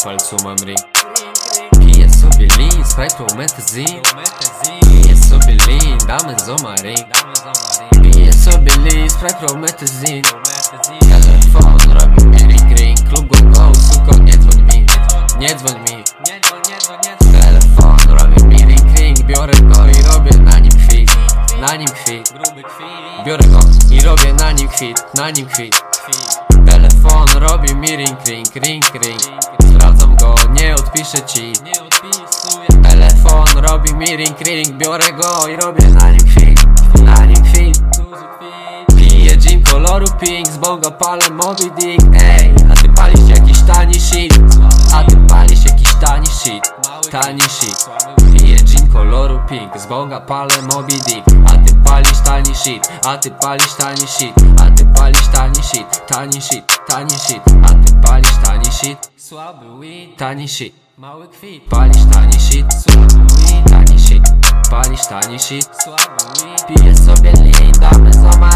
falcu mam ring. Piję sobie lean, Sprite metazin. Piję sobie lean, damy zomaring. Piję sobie lean, Sprite metazin. Telefon robi mi ring. Klub go, suko, nie dzwoń mi. Nie dzwoń mi. Telefon robi mi ring. Biorę go i robię na nim kwit. Na nim kwit. Biorę go i robię na nim kwit. Na nim kwit. Telefon robi mi ring. Sprawdzam go, nie odpiszę ci. Telefon robi mi ring. Biorę go i robię na nim kwit. Na nim kwit. Piję gin koloru pink, z bonga palę Moby Dick. Ej, a ty palisz jakiś tani shit. A ty palisz jakiś tani shit. Tani shit. Piję gin koloru pink, z bonga palę Moby Dick. A ty palisz tani shit. A ty palisz tani shit. A ty palisz tani shit. Tani shit, tani shit. A ty palisz tani shit. Słaby weed, tani shit. Mały kwit. Palisz tani shit. Słaby weed, tani shit. Palisz tani shit. Słaby weed. Piję sobie lean, damy za